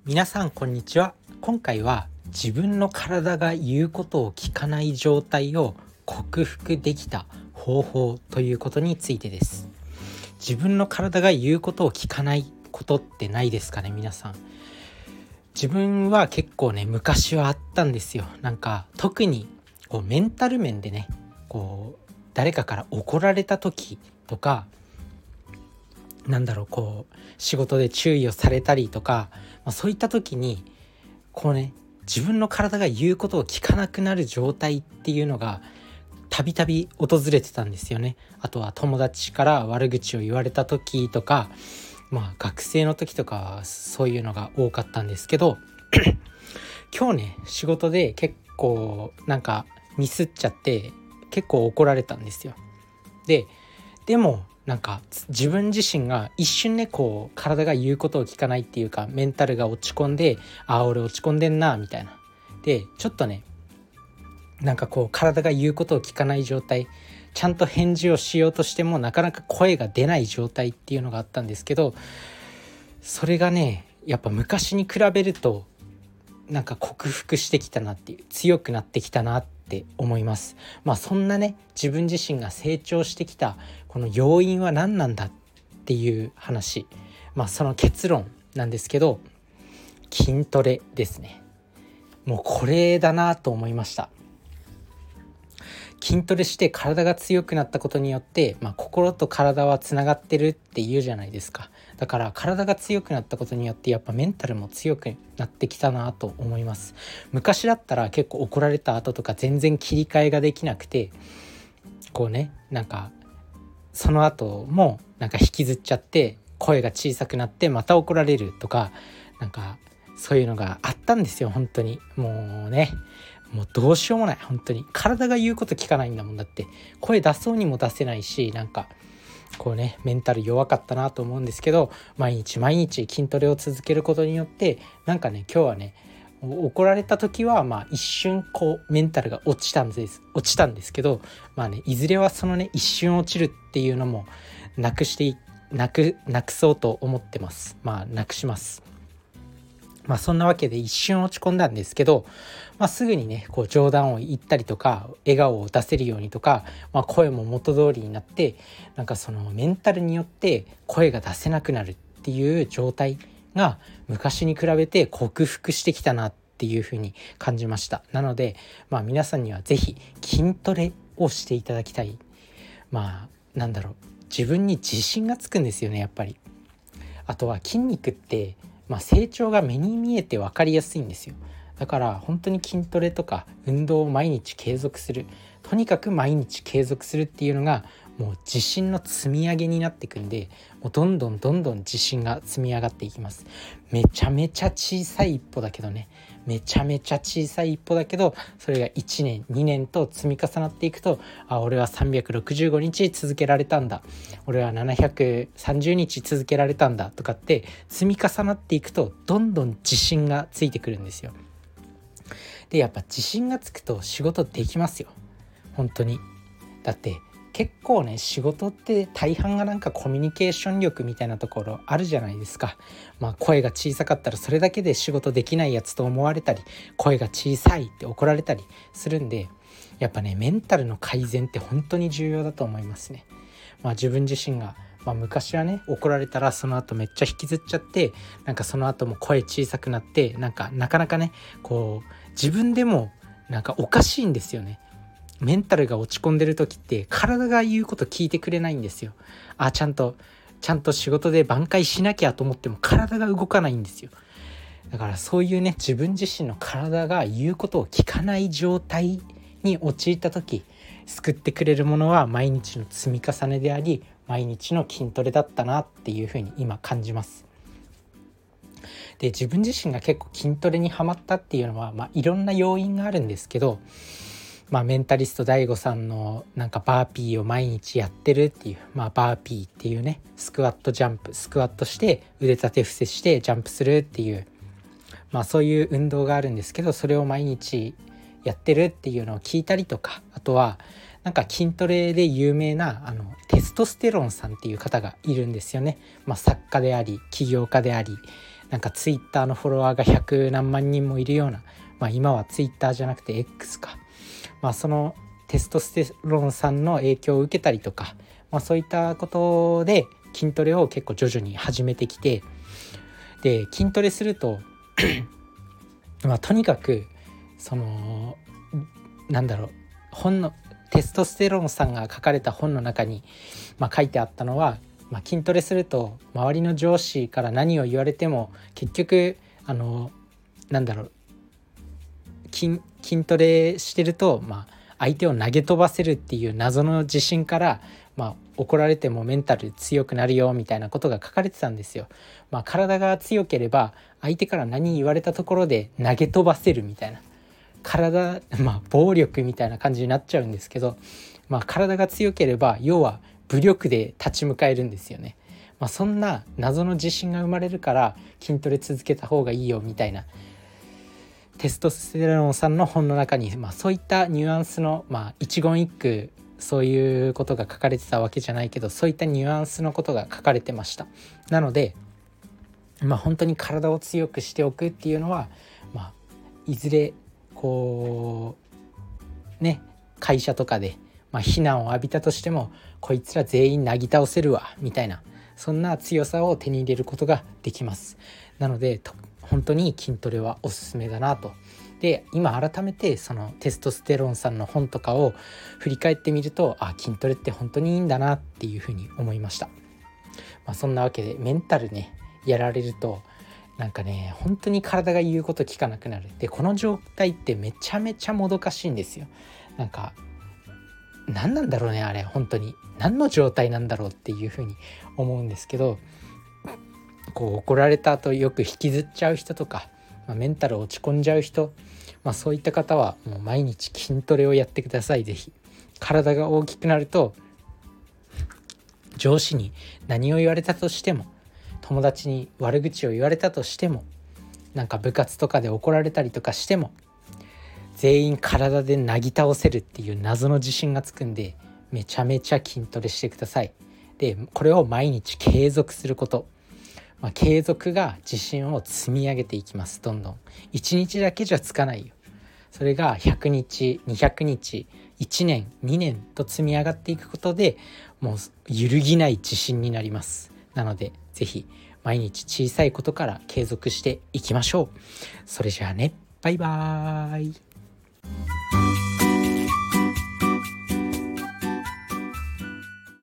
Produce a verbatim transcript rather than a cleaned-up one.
皆さんこんにちは。今回は自分の体が言うことを聞かない状態を克服できた方法ということについてです。自分の体が言うことを聞かないことってないですかね、皆さん。自分は結構ね、昔はあったんですよ。なんか特にこうメンタル面でね、こう誰かから怒られた時とか、なんだろうこう仕事で注意をされたりとか、まあ、そういった時にこうね自分の体が言うことを聞かなくなる状態っていうのがたびたび訪れてたんですよね。あとは友達から悪口を言われた時とか、まあ学生の時とかはそういうのが多かったんですけど今日ね仕事で結構なんかミスっちゃって結構怒られたんですよ。ででもなんか自分自身が一瞬ねこう体が言うことを聞かないっていうか、メンタルが落ち込んで、ああ俺落ち込んでんなみたいなで、ちょっとねなんかこう体が言うことを聞かない状態、ちゃんと返事をしようとしてもなかなか声が出ない状態っていうのがあったんですけど、それがねやっぱ昔に比べるとなんか克服してきたなっていう、強くなってきたなって思います。まあそんなね自分自身が成長してきたこの要因は何なんだっていう話、まあその結論なんですけど、筋トレですね。もうこれだなと思いました。筋トレして体が強くなったことによって、まあ、心と体はつながってるって言うじゃないですか。だから体が強くなったことによってやっぱメンタルも強くなってきたなと思います。昔だったら結構怒られた後とか全然切り替えができなくて、こうねなんかその後もなんか引きずっちゃって声が小さくなってまた怒られるとか、なんかそういうのがあったんですよ。本当にもうねもうどうしようもない。本当に体が言うこと聞かないんだもん。だって声出そうにも出せないし、なんかこうねメンタル弱かったなと思うんですけど、毎日毎日筋トレを続けることによってなんかね今日はね怒られた時はまあ一瞬こうメンタルが落ちたんです落ちたんですけど、まあねいずれはそのね一瞬落ちるっていうのもなくしてなくなくそうと思ってます。まあなくします。まあそんなわけで一瞬落ち込んだんですけど、まあ、すぐにねこう冗談を言ったりとか笑顔を出せるようにとか、まあ、声も元通りになって、なんかそのメンタルによって声が出せなくなるっていう状態が昔に比べて克服してきたなっていうふうに感じました。なので、まあ、皆さんにはぜひ筋トレをしていただきたい。まあなんだろう自分に自信がつくんですよねやっぱり。あとは筋肉ってまあ、成長が目に見えて分かりやすいんですよ。だから本当に筋トレとか運動を毎日継続する、とにかく毎日継続するっていうのがもう自信の積み上げになっていくんで、もうどんどんどんどん自信が積み上がっていきます。めちゃめちゃ小さい一歩だけどね、めちゃめちゃ小さい一歩だけど、それがいちねんにねんと積み重なっていくと、あ俺はさんびゃくろくじゅうごにち続けられたんだ、俺はななひゃくさんじゅうにち続けられたんだとかって積み重なっていくとどんどん自信がついてくるんですよ。でやっぱ自信がつくと仕事できますよ本当に。だって結構ね仕事って大半がなんかコミュニケーション力みたいなところあるじゃないですか。まあ声が小さかったらそれだけで仕事できないやつと思われたり、声が小さいって怒られたりするんで、やっぱねメンタルの改善って本当に重要だと思いますね。まあ自分自身がまあ、昔はね怒られたらその後めっちゃ引きずっちゃって、なんかその後も声小さくなって、なんかなかなかねこう自分でもなんかおかしいんですよね。メンタルが落ち込んでる時って体が言うこと聞いてくれないんですよ。あちゃんとちゃんと仕事で挽回しなきゃと思っても体が動かないんですよ。だからそういうね自分自身の体が言うことを聞かない状態に陥った時、救ってくれるものは毎日の積み重ねであり、毎日の筋トレだったなっていうふうに今感じます。で自分自身が結構筋トレにハマったっていうのは、まあ、いろんな要因があるんですけど、まあ、メンタリスト ダイゴ さんのなんかバーピーを毎日やってるっていう、まあ、バーピーっていうねスクワットジャンプスクワットして腕立て伏せしてジャンプするっていう、まあ、そういう運動があるんですけど、それを毎日やってるっていうのを聞いたりとか、あとはなんか筋トレで有名なあのテストステロンさんっていう方がいるんですよね。まあ、作家であり起業家であり、 なんかツイッターのフォロワーがひゃくなんまんにんもいるような、まあ、今はツイッターじゃなくて X か、まあ、そのテストステロン酸の影響を受けたりとか、まあ、そういったことで筋トレを結構徐々に始めてきて、で筋トレするとまあとにかくそのなんだろう本のテストステロンさんが書かれた本の中に、まあ、書いてあったのは、まあ、筋トレすると周りの上司から何を言われても結局あのなんだろう 筋, 筋トレしてると、まあ、相手を投げ飛ばせるっていう謎の自信から、まあ、怒られてもメンタル強くなるよみたいなことが書かれてたんですよ。まあ、体が強ければ相手から何言われたところで投げ飛ばせるみたいな、体、まあ、暴力みたいな感じになっちゃうんですけど、まあ、体が強ければ要は武力で立ち向かえるんですよね。まあ、そんな謎の自信が生まれるから筋トレ続けた方がいいよみたいなテストステロンさんの本の中に、まあ、そういったニュアンスの、まあ、一言一句そういうことが書かれてたわけじゃないけど、そういったニュアンスのことが書かれてました。なので、まあ、本当に体を強くしておくっていうのは、まあ、いずれこうね会社とかで、まあ、非難を浴びたとしてもこいつら全員なぎ倒せるわみたいな、そんな強さを手に入れることができます。なので本当に筋トレはおすすめだなと。で今改めてそのテストステロンさんの本とかを振り返ってみると、あ、筋トレって本当にいいんだなっていうふうに思いました。まあ、そんなわけでメンタルねやられるとなんかね本当に体が言うこと聞かなくなる。でこの状態ってめちゃめちゃもどかしいんですよ。なんか何なんだろうね、あれ本当に何の状態なんだろうっていうふうに思うんですけど、こう怒られた後よく引きずっちゃう人とか、まあ、メンタル落ち込んじゃう人、まあ、そういった方はもう毎日筋トレをやってください。ぜひ。体が大きくなると上司に何を言われたとしても、友達に悪口を言われたとしても、なんか部活とかで怒られたりとかしても全員体でなぎ倒せるっていう謎の自信がつくんで、めちゃめちゃ筋トレしてください。でこれを毎日継続すること、まあ、継続が自信を積み上げていきます。どんどんいちにちだけじゃつかないよ。それがひゃくにちにひゃくにちいちねんにねんと積み上がっていくことでもう揺るぎない自信になります。なのでぜひ毎日小さいことから継続していきましょう。それじゃあね、バイバーイ。